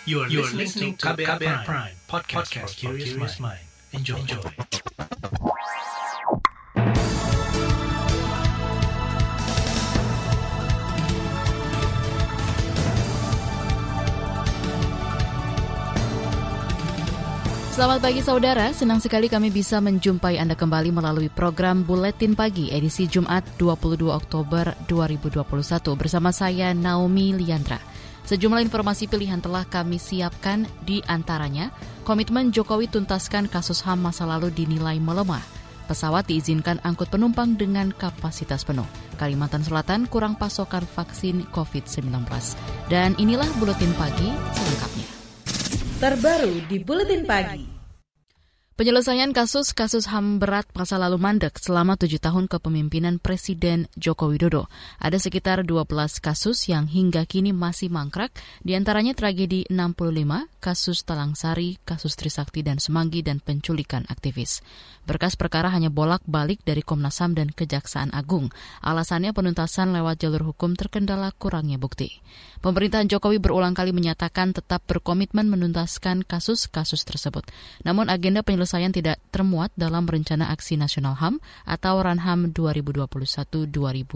You are listening to KBR Prime, podcast for curious mind. Enjoy. Selamat pagi saudara, senang sekali kami bisa menjumpai Anda kembali melalui program Buletin Pagi edisi Jumat 22 Oktober 2021 bersama saya Naomi Liandra. Sejumlah informasi pilihan telah kami siapkan, di antaranya komitmen Jokowi tuntaskan kasus HAM masa lalu dinilai melemah. Pesawat diizinkan angkut penumpang dengan kapasitas penuh. Kalimantan Selatan kurang pasokan vaksin COVID-19. Dan inilah Buletin Pagi selengkapnya. Terbaru di Buletin Pagi. Penyelesaian kasus HAM berat masa lalu mandek selama 7 tahun kepemimpinan Presiden Joko Widodo. Ada sekitar 12 kasus yang hingga kini masih mangkrak, diantaranya tragedi 65, kasus Talang Sari, kasus Trisakti dan Semanggi, dan penculikan aktivis. Berkas perkara hanya bolak-balik dari Komnas HAM dan Kejaksaan Agung. Alasannya penuntasan lewat jalur hukum terkendala kurangnya bukti. Pemerintahan Jokowi berulang kali menyatakan tetap berkomitmen menuntaskan kasus-kasus tersebut. Namun agenda penyelesaian tidak termuat dalam Rencana Aksi Nasional HAM atau RANHAM 2021-2025.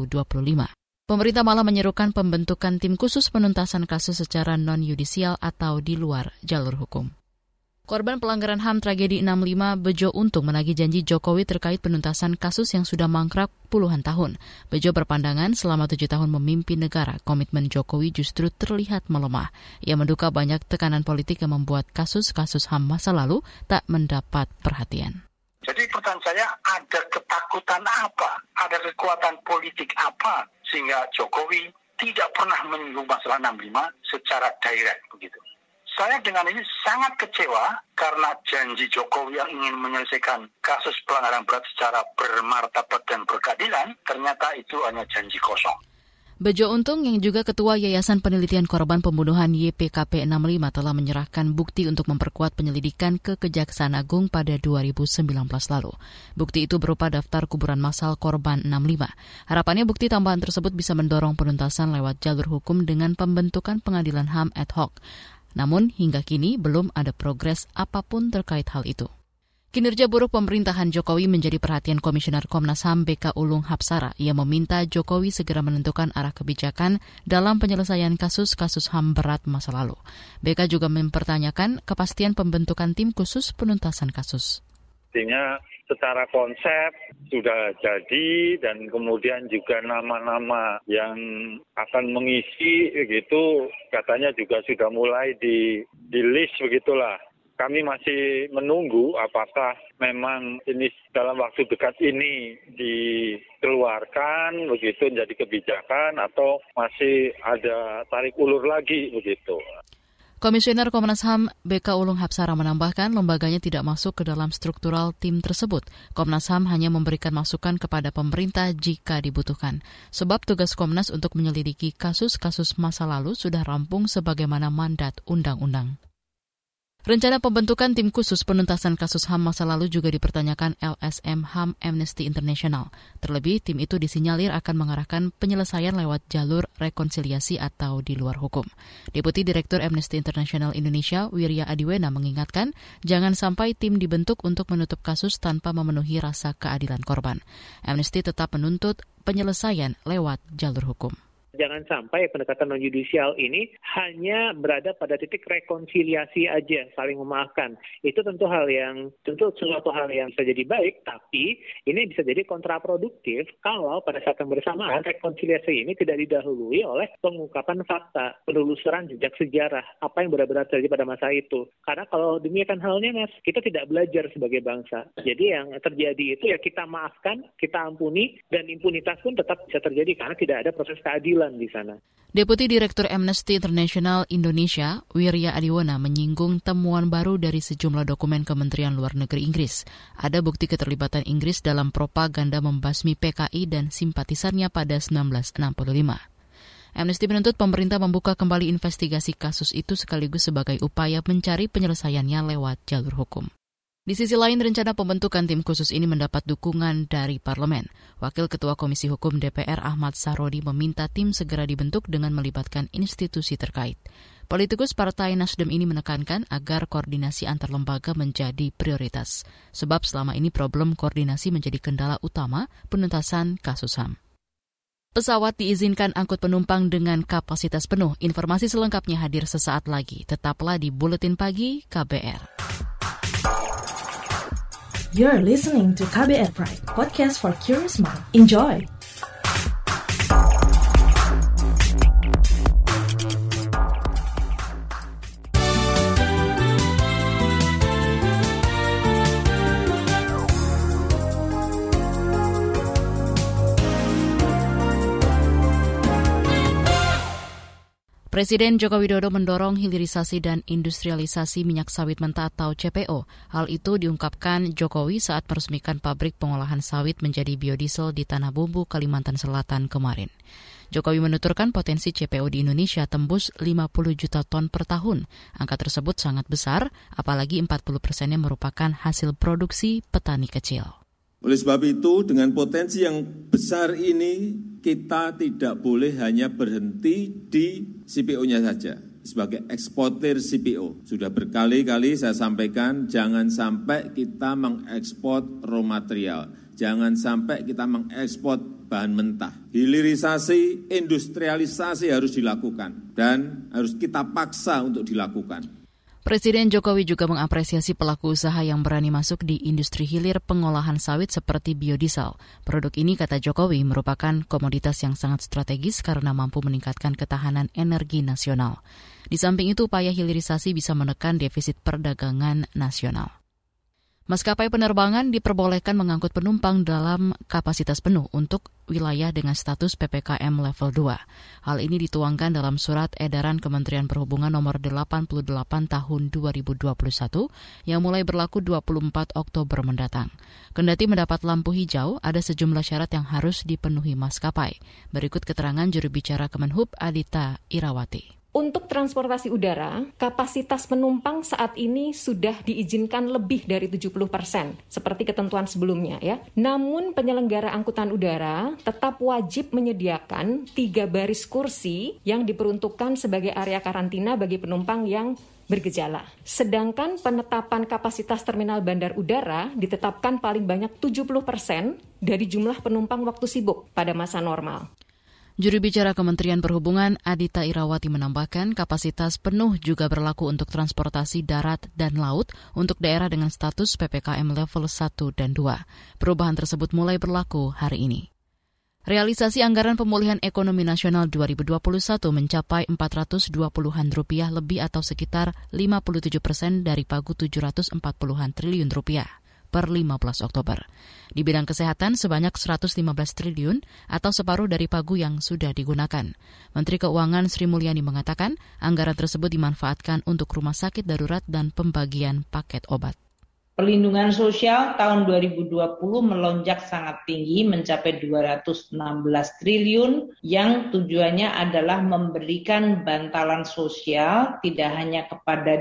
Pemerintah malah menyerukan pembentukan tim khusus penuntasan kasus secara non-yudisial atau di luar jalur hukum. Korban pelanggaran HAM tragedi 65 Bejo Untung menagih janji Jokowi terkait penuntasan kasus yang sudah mangkrak puluhan tahun. Bejo berpandangan selama 7 tahun memimpin negara, komitmen Jokowi justru terlihat melemah. Ia menduga banyak tekanan politik yang membuat kasus-kasus HAM masa lalu tak mendapat perhatian. Jadi pertanyaan saya, ada ketakutan apa? Ada kekuatan politik apa sehingga Jokowi tidak pernah menyinggung masalah 65 secara direct begitu? Saya dengan ini sangat kecewa karena janji Jokowi yang ingin menyelesaikan kasus pelanggaran berat secara bermartabat dan berkeadilan, ternyata itu hanya janji kosong. Bejo Untung yang juga Ketua Yayasan Penelitian Korban Pembunuhan YPKP 65 telah menyerahkan bukti untuk memperkuat penyelidikan ke Kejaksaan Agung pada 2019 lalu. Bukti itu berupa daftar kuburan massal korban 65. Harapannya bukti tambahan tersebut bisa mendorong penuntasan lewat jalur hukum dengan pembentukan pengadilan HAM ad hoc. Namun hingga kini belum ada progres apapun terkait hal itu. Kinerja buruk pemerintahan Jokowi menjadi perhatian Komisioner Komnas HAM BK Ulung Hapsara. Ia meminta Jokowi segera menentukan arah kebijakan dalam penyelesaian kasus-kasus HAM berat masa lalu. BK juga mempertanyakan kepastian pembentukan tim khusus penuntasan kasus. Artinya secara konsep sudah jadi dan kemudian juga nama-nama yang akan mengisi begitu katanya juga sudah mulai di list begitulah. Kami masih menunggu apakah memang ini dalam waktu dekat ini dikeluarkan begitu menjadi kebijakan atau masih ada tarik ulur lagi begitu. Komisioner Komnas HAM BK Ulung Hapsara menambahkan lembaganya tidak masuk ke dalam struktural tim tersebut. Komnas HAM hanya memberikan masukan kepada pemerintah jika dibutuhkan. Sebab tugas Komnas untuk menyelidiki kasus-kasus masa lalu sudah rampung sebagaimana mandat undang-undang. Rencana pembentukan tim khusus penuntasan kasus HAM masa lalu juga dipertanyakan LSM HAM Amnesty International. Terlebih, tim itu disinyalir akan mengarahkan penyelesaian lewat jalur rekonsiliasi atau di luar hukum. Deputi Direktur Amnesty International Indonesia, Wirya Adiwena, mengingatkan jangan sampai tim dibentuk untuk menutup kasus tanpa memenuhi rasa keadilan korban. Amnesty tetap menuntut penyelesaian lewat jalur hukum. Jangan sampai pendekatan non-judisial ini hanya berada pada titik rekonsiliasi aja, saling memaafkan. Itu tentu suatu hal yang bisa jadi baik, tapi ini bisa jadi kontraproduktif kalau pada saat yang bersamaan rekonsiliasi ini tidak didahului oleh pengungkapan fakta, penelusuran jejak sejarah, apa yang benar-benar terjadi pada masa itu. Karena kalau demikian halnya, Mas, kita tidak belajar sebagai bangsa. Jadi yang terjadi itu ya kita maafkan, kita ampuni, dan impunitas pun tetap bisa terjadi karena tidak ada proses keadilan di sana. Deputi Direktur Amnesty International Indonesia, Wirya Adiwena, menyinggung temuan baru dari sejumlah dokumen Kementerian Luar Negeri Inggris. Ada bukti keterlibatan Inggris dalam propaganda membasmi PKI dan simpatisannya pada 1965. Amnesty menuntut pemerintah membuka kembali investigasi kasus itu sekaligus sebagai upaya mencari penyelesaiannya lewat jalur hukum. Di sisi lain, rencana pembentukan tim khusus ini mendapat dukungan dari parlemen. Wakil Ketua Komisi Hukum DPR Ahmad Sarodi meminta tim segera dibentuk dengan melibatkan institusi terkait. Politikus Partai Nasdem ini menekankan agar koordinasi antar lembaga menjadi prioritas, sebab selama ini problem koordinasi menjadi kendala utama penuntasan kasus HAM. Pesawat diizinkan angkut penumpang dengan kapasitas penuh. Informasi selengkapnya hadir sesaat lagi. Tetaplah di Buletin Pagi KBR. You're listening to KBR Pride, podcast for curious mind. Enjoy! Presiden Joko Widodo mendorong hilirisasi dan industrialisasi minyak sawit mentah atau CPO. Hal itu diungkapkan Jokowi saat meresmikan pabrik pengolahan sawit menjadi biodiesel di Tanah Bumbu, Kalimantan Selatan kemarin. Jokowi menuturkan potensi CPO di Indonesia tembus 50 juta ton per tahun. Angka tersebut sangat besar, apalagi 40%-nya merupakan hasil produksi petani kecil. Oleh sebab itu, dengan potensi yang besar ini, kita tidak boleh hanya berhenti di CPO-nya saja. Sebagai eksportir CPO, sudah berkali-kali saya sampaikan, jangan sampai kita mengekspor raw material. Jangan sampai kita mengekspor bahan mentah. Hilirisasi, industrialisasi harus dilakukan dan harus kita paksa untuk dilakukan. Presiden Jokowi juga mengapresiasi pelaku usaha yang berani masuk di industri hilir pengolahan sawit seperti biodiesel. Produk ini, kata Jokowi, merupakan komoditas yang sangat strategis karena mampu meningkatkan ketahanan energi nasional. Di samping itu, upaya hilirisasi bisa menekan defisit perdagangan nasional. Maskapai penerbangan diperbolehkan mengangkut penumpang dalam kapasitas penuh untuk wilayah dengan status PPKM level 2. Hal ini dituangkan dalam surat edaran Kementerian Perhubungan nomor 88 tahun 2021 yang mulai berlaku 24 Oktober mendatang. Kendati mendapat lampu hijau, ada sejumlah syarat yang harus dipenuhi maskapai. Berikut keterangan juru bicara Kemenhub Adita Irawati. Untuk transportasi udara, kapasitas penumpang saat ini sudah diizinkan lebih dari 70%, seperti ketentuan sebelumnya ya. Namun penyelenggara angkutan udara tetap wajib menyediakan 3 baris kursi yang diperuntukkan sebagai area karantina bagi penumpang yang bergejala. Sedangkan penetapan kapasitas terminal bandar udara ditetapkan paling banyak 70% dari jumlah penumpang waktu sibuk pada masa normal. Juru bicara Kementerian Perhubungan Adita Irawati menambahkan kapasitas penuh juga berlaku untuk transportasi darat dan laut untuk daerah dengan status PPKM level 1 dan 2. Perubahan tersebut mulai berlaku hari ini. Realisasi anggaran pemulihan ekonomi nasional 2021 mencapai 420-an rupiah lebih atau sekitar 57% dari pagu 740-an triliun rupiah. Per 15 Oktober. Di bidang kesehatan sebanyak 115 triliun atau separuh dari pagu yang sudah digunakan. Menteri Keuangan Sri Mulyani mengatakan anggaran tersebut dimanfaatkan untuk rumah sakit darurat dan pembagian paket obat. Perlindungan sosial tahun 2020 melonjak sangat tinggi mencapai 216 triliun yang tujuannya adalah memberikan bantalan sosial tidak hanya kepada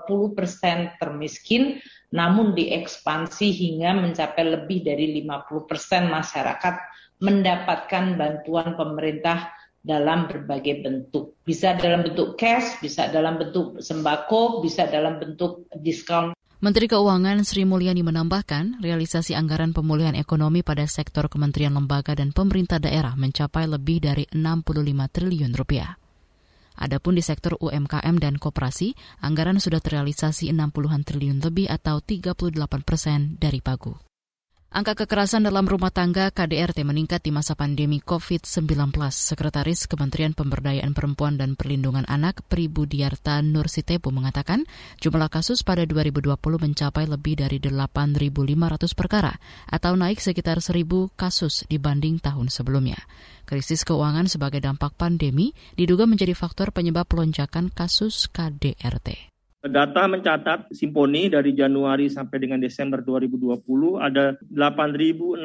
20% termiskin, namun diekspansi hingga mencapai lebih dari 50% masyarakat mendapatkan bantuan pemerintah dalam berbagai bentuk. Bisa dalam bentuk cash, bisa dalam bentuk sembako, bisa dalam bentuk diskon. Menteri Keuangan Sri Mulyani menambahkan, realisasi anggaran pemulihan ekonomi pada sektor kementerian lembaga dan pemerintah daerah mencapai lebih dari 65 triliun rupiah. Adapun di sektor UMKM dan koperasi, anggaran sudah terrealisasi 60-an triliun lebih atau 38% dari pagu. Angka kekerasan dalam rumah tangga KDRT meningkat di masa pandemi COVID-19. Sekretaris Kementerian Pemberdayaan Perempuan dan Perlindungan Anak Pribudiarta Nursitepu mengatakan jumlah kasus pada 2020 mencapai lebih dari 8.500 perkara atau naik sekitar 1.000 kasus dibanding tahun sebelumnya. Krisis keuangan sebagai dampak pandemi diduga menjadi faktor penyebab lonjakan kasus KDRT. Data mencatat Simponi dari Januari sampai dengan Desember 2020 ada 8.686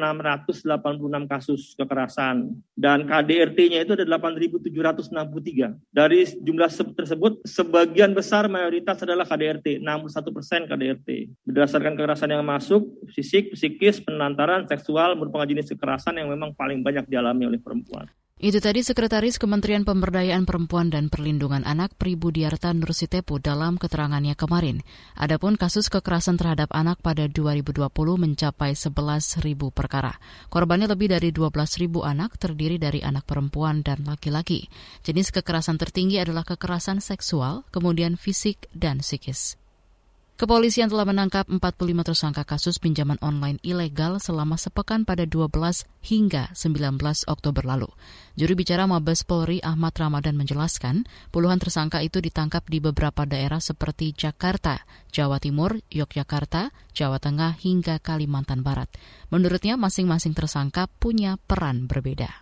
kasus kekerasan dan KDRT-nya itu ada 8.763. Dari jumlah tersebut sebagian besar mayoritas adalah KDRT, 61% KDRT. Berdasarkan kekerasan yang masuk, fisik, psikis, penelantaran, seksual merupakan jenis kekerasan yang memang paling banyak dialami oleh perempuan. Itu tadi Sekretaris Kementerian Pemberdayaan Perempuan dan Perlindungan Anak Pribudiarta Nursitepu dalam keterangannya kemarin. Adapun kasus kekerasan terhadap anak pada 2020 mencapai 11.000 perkara. Korbannya lebih dari 12.000 anak terdiri dari anak perempuan dan laki-laki. Jenis kekerasan tertinggi adalah kekerasan seksual, kemudian fisik dan psikis. Kepolisian telah menangkap 45 tersangka kasus pinjaman online ilegal selama sepekan pada 12 hingga 19 Oktober lalu. Juru bicara Mabes Polri Ahmad Ramadan menjelaskan, puluhan tersangka itu ditangkap di beberapa daerah seperti Jakarta, Jawa Timur, Yogyakarta, Jawa Tengah hingga Kalimantan Barat. Menurutnya masing-masing tersangka punya peran berbeda.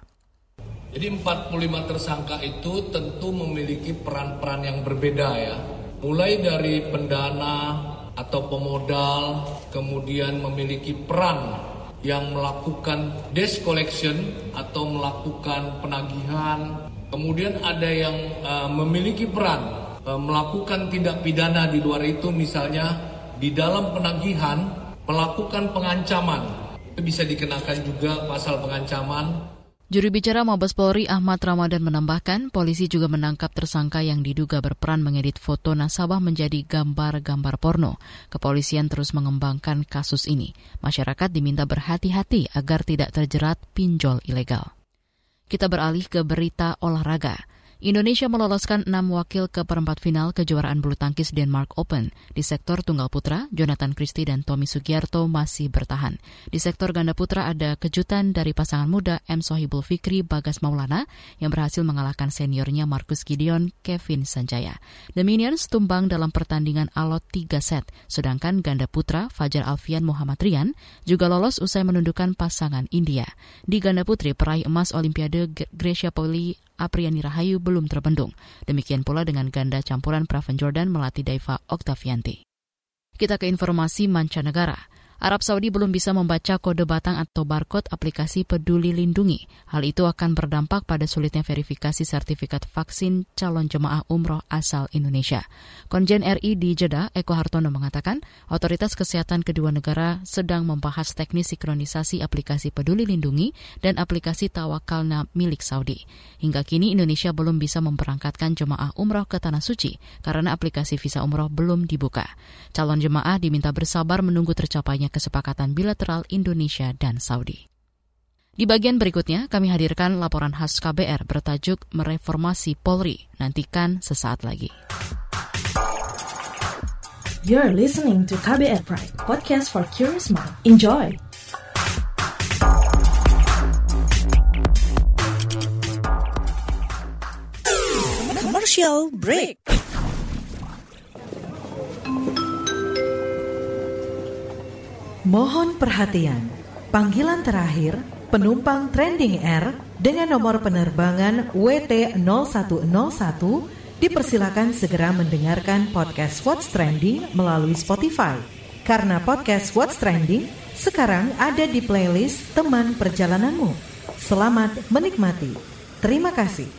Jadi 45 tersangka itu tentu memiliki peran-peran yang berbeda ya. Mulai dari pendana atau pemodal, kemudian memiliki peran yang melakukan debt collection atau melakukan penagihan. Kemudian ada yang memiliki peran melakukan tindak pidana di luar itu, misalnya di dalam penagihan melakukan pengancaman. Itu bisa dikenakan juga pasal pengancaman. Juru bicara Mabes Polri Ahmad Ramadan menambahkan, polisi juga menangkap tersangka yang diduga berperan mengedit foto nasabah menjadi gambar-gambar porno. Kepolisian terus mengembangkan kasus ini. Masyarakat diminta berhati-hati agar tidak terjerat pinjol ilegal. Kita beralih ke berita olahraga. Indonesia meloloskan 6 wakil ke perempat final kejuaraan bulu tangkis Denmark Open. Di sektor tunggal putra, Jonathan Christie dan Tommy Sugiarto masih bertahan. Di sektor ganda putra ada kejutan dari pasangan muda M. Sohibul Fikri Bagas Maulana yang berhasil mengalahkan seniornya Marcus Gideon Kevin Sanjaya. The Minions tumbang dalam pertandingan alot 3 set, sedangkan ganda putra Fajar Alfian Muhammad Rian juga lolos usai menundukkan pasangan India. Di ganda putri, peraih emas Olimpiade Gracia Poli Apriani Rahayu belum terbendung. Demikian pula dengan ganda campuran Praven Jordan melatih Daiva Oktavianti. Kita ke informasi mancanegara. Arab Saudi belum bisa membaca kode batang atau barcode aplikasi Peduli Lindungi. Hal itu akan berdampak pada sulitnya verifikasi sertifikat vaksin calon jemaah umroh asal Indonesia. Konjen RI di Jeddah, Eko Hartono mengatakan, otoritas kesehatan kedua negara sedang membahas teknis sinkronisasi aplikasi Peduli Lindungi dan aplikasi Tawakalna milik Saudi. Hingga kini Indonesia belum bisa memberangkatkan jemaah umroh ke Tanah Suci karena aplikasi visa umroh belum dibuka. Calon jemaah diminta bersabar menunggu tercapainya kesepakatan bilateral Indonesia dan Saudi. Di bagian berikutnya, kami hadirkan laporan khas KBR bertajuk Mereformasi Polri. Nantikan sesaat lagi. You're listening to KBR Pride, podcast for curious mind. Enjoy! Commercial break. Mohon perhatian, panggilan terakhir penumpang Trending Air dengan nomor penerbangan WT0101 dipersilakan segera mendengarkan podcast What's Trending melalui Spotify. Karena podcast What's Trending sekarang ada di playlist teman perjalananmu. Selamat menikmati. Terima kasih.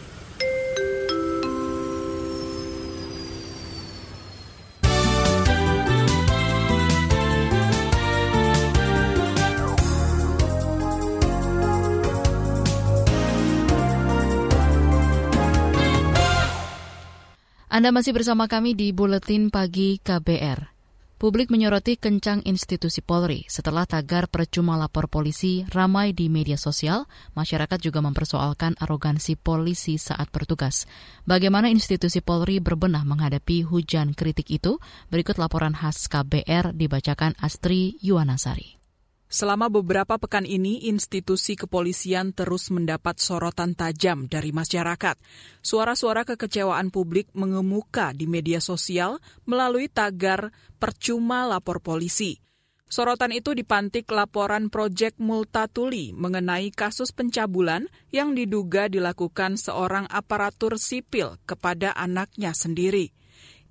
Anda masih bersama kami di Buletin Pagi KBR. Publik menyoroti kencang institusi Polri. Setelah tagar percuma lapor polisi ramai di media sosial, masyarakat juga mempersoalkan arogansi polisi saat bertugas. Bagaimana institusi Polri berbenah menghadapi hujan kritik itu? Berikut laporan khas KBR dibacakan Astri Yuwanasari. Selama beberapa pekan ini, institusi kepolisian terus mendapat sorotan tajam dari masyarakat. Suara-suara kekecewaan publik mengemuka di media sosial melalui tagar percuma lapor polisi. Sorotan itu dipantik laporan Projek Multatuli mengenai kasus pencabulan yang diduga dilakukan seorang aparatur sipil kepada anaknya sendiri.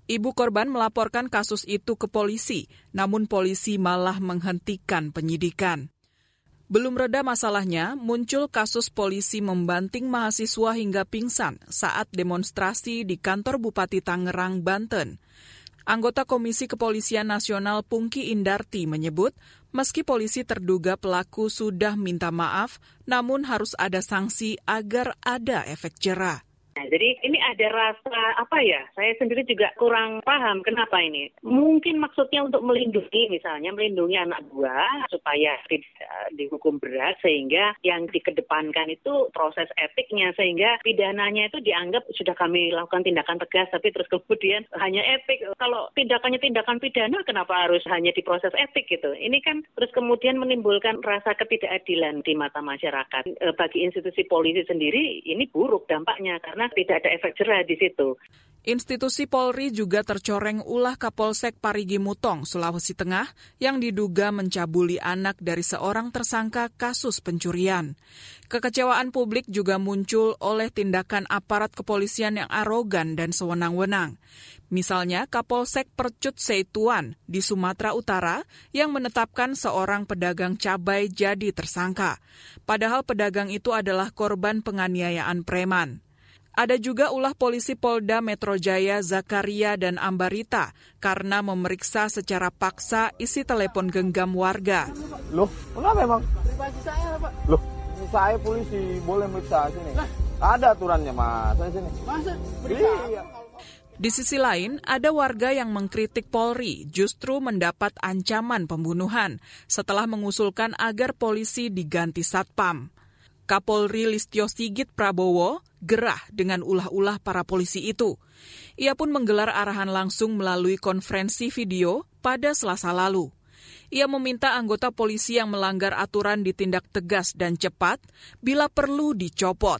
Ibu korban melaporkan kasus itu ke polisi, namun polisi malah menghentikan penyidikan. Belum reda masalahnya, muncul kasus polisi membanting mahasiswa hingga pingsan saat demonstrasi di kantor Bupati Tangerang, Banten. Anggota Komisi Kepolisian Nasional Pungki Indarti menyebut, meski polisi terduga pelaku sudah minta maaf, namun harus ada sanksi agar ada efek jera. Jadi ini ada rasa saya sendiri juga kurang paham kenapa ini. Mungkin maksudnya untuk melindungi anak buah supaya tidak dihukum berat sehingga yang dikedepankan itu proses etiknya sehingga pidananya itu dianggap sudah kami lakukan tindakan tegas tapi terus kemudian hanya etik. Kalau tindakannya tindakan pidana kenapa harus hanya diproses etik gitu. Ini kan terus kemudian menimbulkan rasa ketidakadilan di mata masyarakat. Bagi institusi polisi sendiri ini buruk dampaknya karena tidak ada efek jera di situ. Institusi Polri juga tercoreng ulah Kapolsek Parigi Mutong, Sulawesi Tengah, yang diduga mencabuli anak dari seorang tersangka kasus pencurian. Kekecewaan publik juga muncul oleh tindakan aparat kepolisian yang arogan dan sewenang-wenang. Misalnya Kapolsek Percut Seituan di Sumatera Utara yang menetapkan seorang pedagang cabai jadi tersangka. Padahal pedagang itu adalah korban penganiayaan preman. Ada juga ulah polisi Polda Metro Jaya Zakaria dan Ambarita karena memeriksa secara paksa isi telepon genggam warga. Loh, kenapa memang? Privasi saya, Pak. Loh, saya polisi, boleh meriksa sini. Nah. Ada aturannya, Mas. Saya sini. Masa? Iya. Di sisi lain, ada warga yang mengkritik Polri justru mendapat ancaman pembunuhan setelah mengusulkan agar polisi diganti Satpam. Kapolri Listio Sigit Prabowo gerah dengan ulah-ulah para polisi itu. Ia pun menggelar arahan langsung melalui konferensi video pada Selasa lalu. Ia meminta anggota polisi yang melanggar aturan ditindak tegas dan cepat bila perlu dicopot.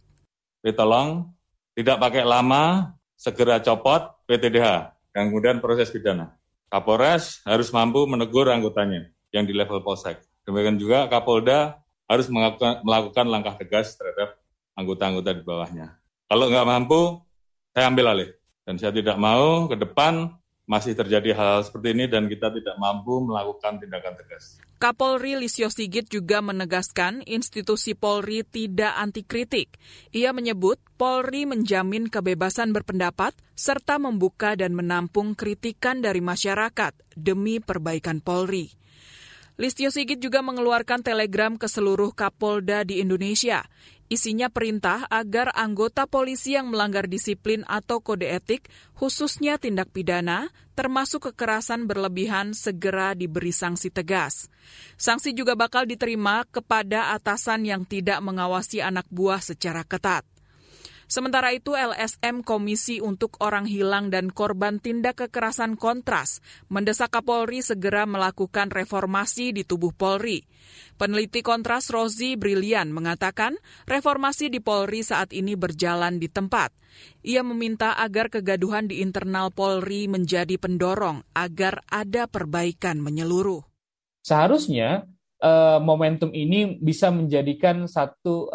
Tolong tidak pakai lama, segera copot PTDH dan kemudian proses pidana. Kapolres harus mampu menegur anggotanya yang di level Polsek. Demikian juga Kapolda harus melakukan langkah tegas terhadap anggota-anggota di bawahnya. Kalau nggak mampu, saya ambil alih. Dan saya tidak mau ke depan masih terjadi hal seperti ini dan kita tidak mampu melakukan tindakan tegas. Kapolri Listio Sigit juga menegaskan institusi Polri tidak anti kritik. Ia menyebut Polri menjamin kebebasan berpendapat serta membuka dan menampung kritikan dari masyarakat demi perbaikan Polri. Listio Sigit juga mengeluarkan telegram ke seluruh Kapolda di Indonesia. Isinya perintah agar anggota polisi yang melanggar disiplin atau kode etik, khususnya tindak pidana, termasuk kekerasan berlebihan, segera diberi sanksi tegas. Sanksi juga bakal diterima kepada atasan yang tidak mengawasi anak buah secara ketat. Sementara itu, LSM Komisi untuk Orang Hilang dan Korban Tindak Kekerasan Kontras mendesak Kapolri segera melakukan reformasi di tubuh Polri. Peneliti Kontras Rozi Brilian mengatakan reformasi di Polri saat ini berjalan di tempat. Ia meminta agar kegaduhan di internal Polri menjadi pendorong agar ada perbaikan menyeluruh. Seharusnya momentum ini bisa menjadikan satu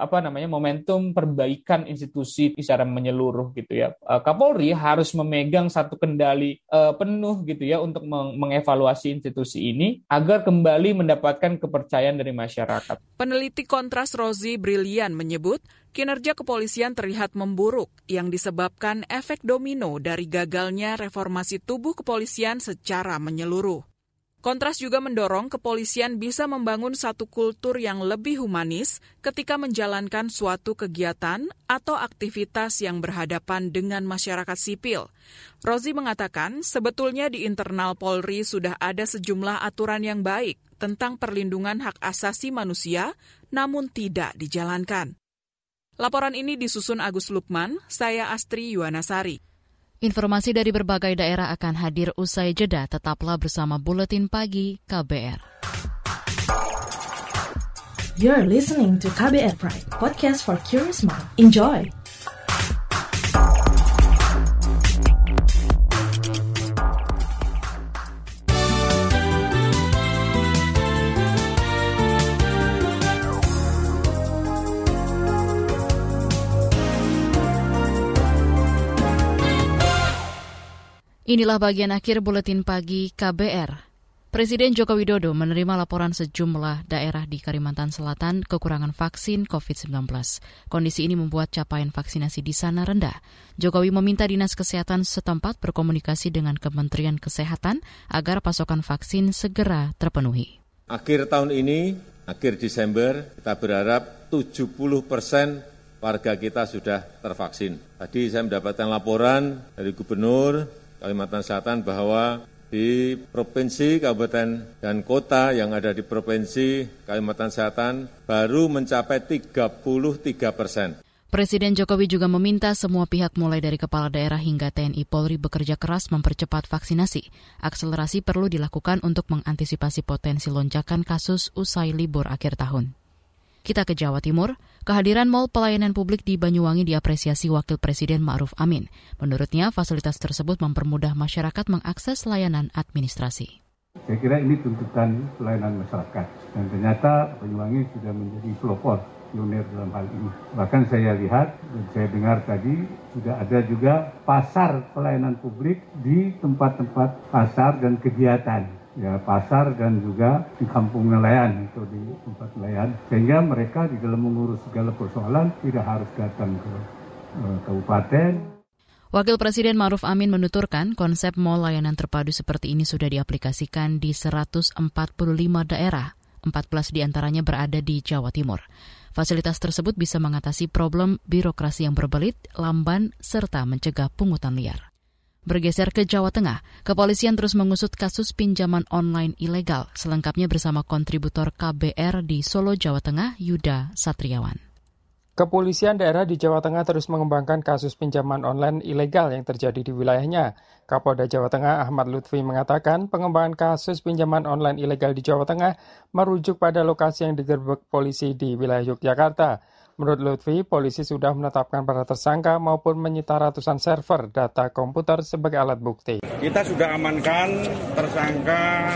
momentum perbaikan institusi secara menyeluruh gitu ya. Kapolri harus memegang satu kendali penuh gitu ya untuk mengevaluasi institusi ini agar kembali mendapatkan kepercayaan dari masyarakat. Peneliti Kontras Rozi Brilian menyebut kinerja kepolisian terlihat memburuk yang disebabkan efek domino dari gagalnya reformasi tubuh kepolisian secara menyeluruh. Kontras juga mendorong kepolisian bisa membangun satu kultur yang lebih humanis ketika menjalankan suatu kegiatan atau aktivitas yang berhadapan dengan masyarakat sipil. Rozi mengatakan sebetulnya di internal Polri sudah ada sejumlah aturan yang baik tentang perlindungan hak asasi manusia, namun tidak dijalankan. Laporan ini disusun Agus Lukman, saya Astri Yuwanasari. Informasi dari berbagai daerah akan hadir usai jeda. Tetaplah bersama Buletin Pagi KBR. You're listening to KBR Pride, podcast for curious mind. Enjoy! Inilah bagian akhir buletin pagi KBR. Presiden Joko Widodo menerima laporan sejumlah daerah di Kalimantan Selatan kekurangan vaksin COVID-19. Kondisi ini membuat capaian vaksinasi di sana rendah. Jokowi meminta Dinas Kesehatan setempat berkomunikasi dengan Kementerian Kesehatan agar pasokan vaksin segera terpenuhi. Akhir tahun ini, akhir Desember, kita berharap 70% warga kita sudah tervaksin. Tadi saya mendapatkan laporan dari Gubernur Kalimantan Selatan bahwa di provinsi, kabupaten, dan kota yang ada di provinsi Kalimantan Selatan baru mencapai 33%. Presiden Jokowi juga meminta semua pihak mulai dari kepala daerah hingga TNI Polri bekerja keras mempercepat vaksinasi. Akselerasi perlu dilakukan untuk mengantisipasi potensi lonjakan kasus usai libur akhir tahun. Kita ke Jawa Timur. Kehadiran Mall Pelayanan Publik di Banyuwangi diapresiasi Wakil Presiden Ma'ruf Amin. Menurutnya, fasilitas tersebut mempermudah masyarakat mengakses layanan administrasi. Saya kira ini tuntutan pelayanan masyarakat. Dan ternyata Banyuwangi sudah menjadi pelopor, pionir dalam hal ini. Bahkan saya lihat dan saya dengar tadi, sudah ada juga pasar pelayanan publik di tempat-tempat pasar dan kegiatan. Ya, pasar dan juga di kampung nelayan atau di tempat nelayan, sehingga mereka di dalam mengurus segala persoalan tidak harus datang ke kabupaten. Wakil Presiden Ma'ruf Amin menuturkan konsep mall layanan terpadu seperti ini sudah diaplikasikan di 145 daerah, 14 diantaranya berada di Jawa Timur. Fasilitas tersebut bisa mengatasi problem birokrasi yang berbelit, lamban, serta mencegah pungutan liar. Bergeser ke Jawa Tengah, kepolisian terus mengusut kasus pinjaman online ilegal. Selengkapnya bersama kontributor KBR di Solo, Jawa Tengah, Yuda Satriawan. Kepolisian daerah di Jawa Tengah terus mengembangkan kasus pinjaman online ilegal yang terjadi di wilayahnya. Kapolda Jawa Tengah Ahmad Lutfi mengatakan pengembangan kasus pinjaman online ilegal di Jawa Tengah merujuk pada lokasi yang digerebek polisi di wilayah Yogyakarta. Menurut Lutfi, polisi sudah menetapkan para tersangka maupun menyita ratusan server data komputer sebagai alat bukti. Kita sudah amankan tersangka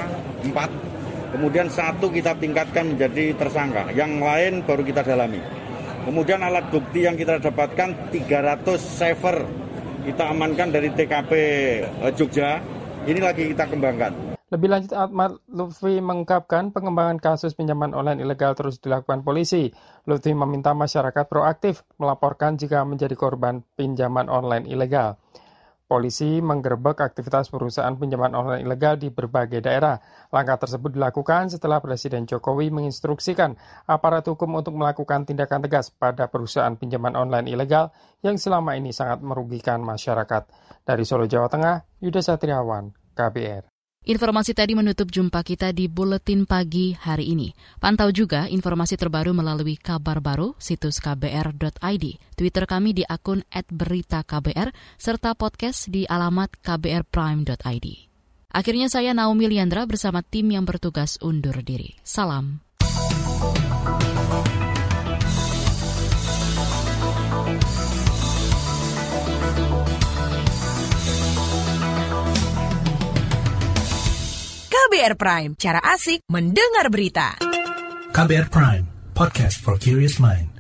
4, kemudian 1 kita tingkatkan menjadi tersangka, yang lain baru kita dalami. Kemudian alat bukti yang kita dapatkan 300 server kita amankan dari TKP Jogja, ini lagi kita kembangkan. Lebih lanjut, Ahmad Lutfi mengungkapkan pengembangan kasus pinjaman online ilegal terus dilakukan polisi. Lutfi meminta masyarakat proaktif melaporkan jika menjadi korban pinjaman online ilegal. Polisi menggerebek aktivitas perusahaan pinjaman online ilegal di berbagai daerah. Langkah tersebut dilakukan setelah Presiden Jokowi menginstruksikan aparat hukum untuk melakukan tindakan tegas pada perusahaan pinjaman online ilegal yang selama ini sangat merugikan masyarakat. Dari Solo, Jawa Tengah, Yuda Satriawan, KBR. Informasi tadi menutup jumpa kita di Buletin Pagi hari ini. Pantau juga informasi terbaru melalui kabar baru, situs kbr.id, Twitter kami di akun @beritaKBR, serta podcast di alamat kbrprime.id. Akhirnya saya Naomi Liandra bersama tim yang bertugas undur diri. Salam. KBR Prime, cara asik mendengar berita. KBR Prime, podcast for curious mind.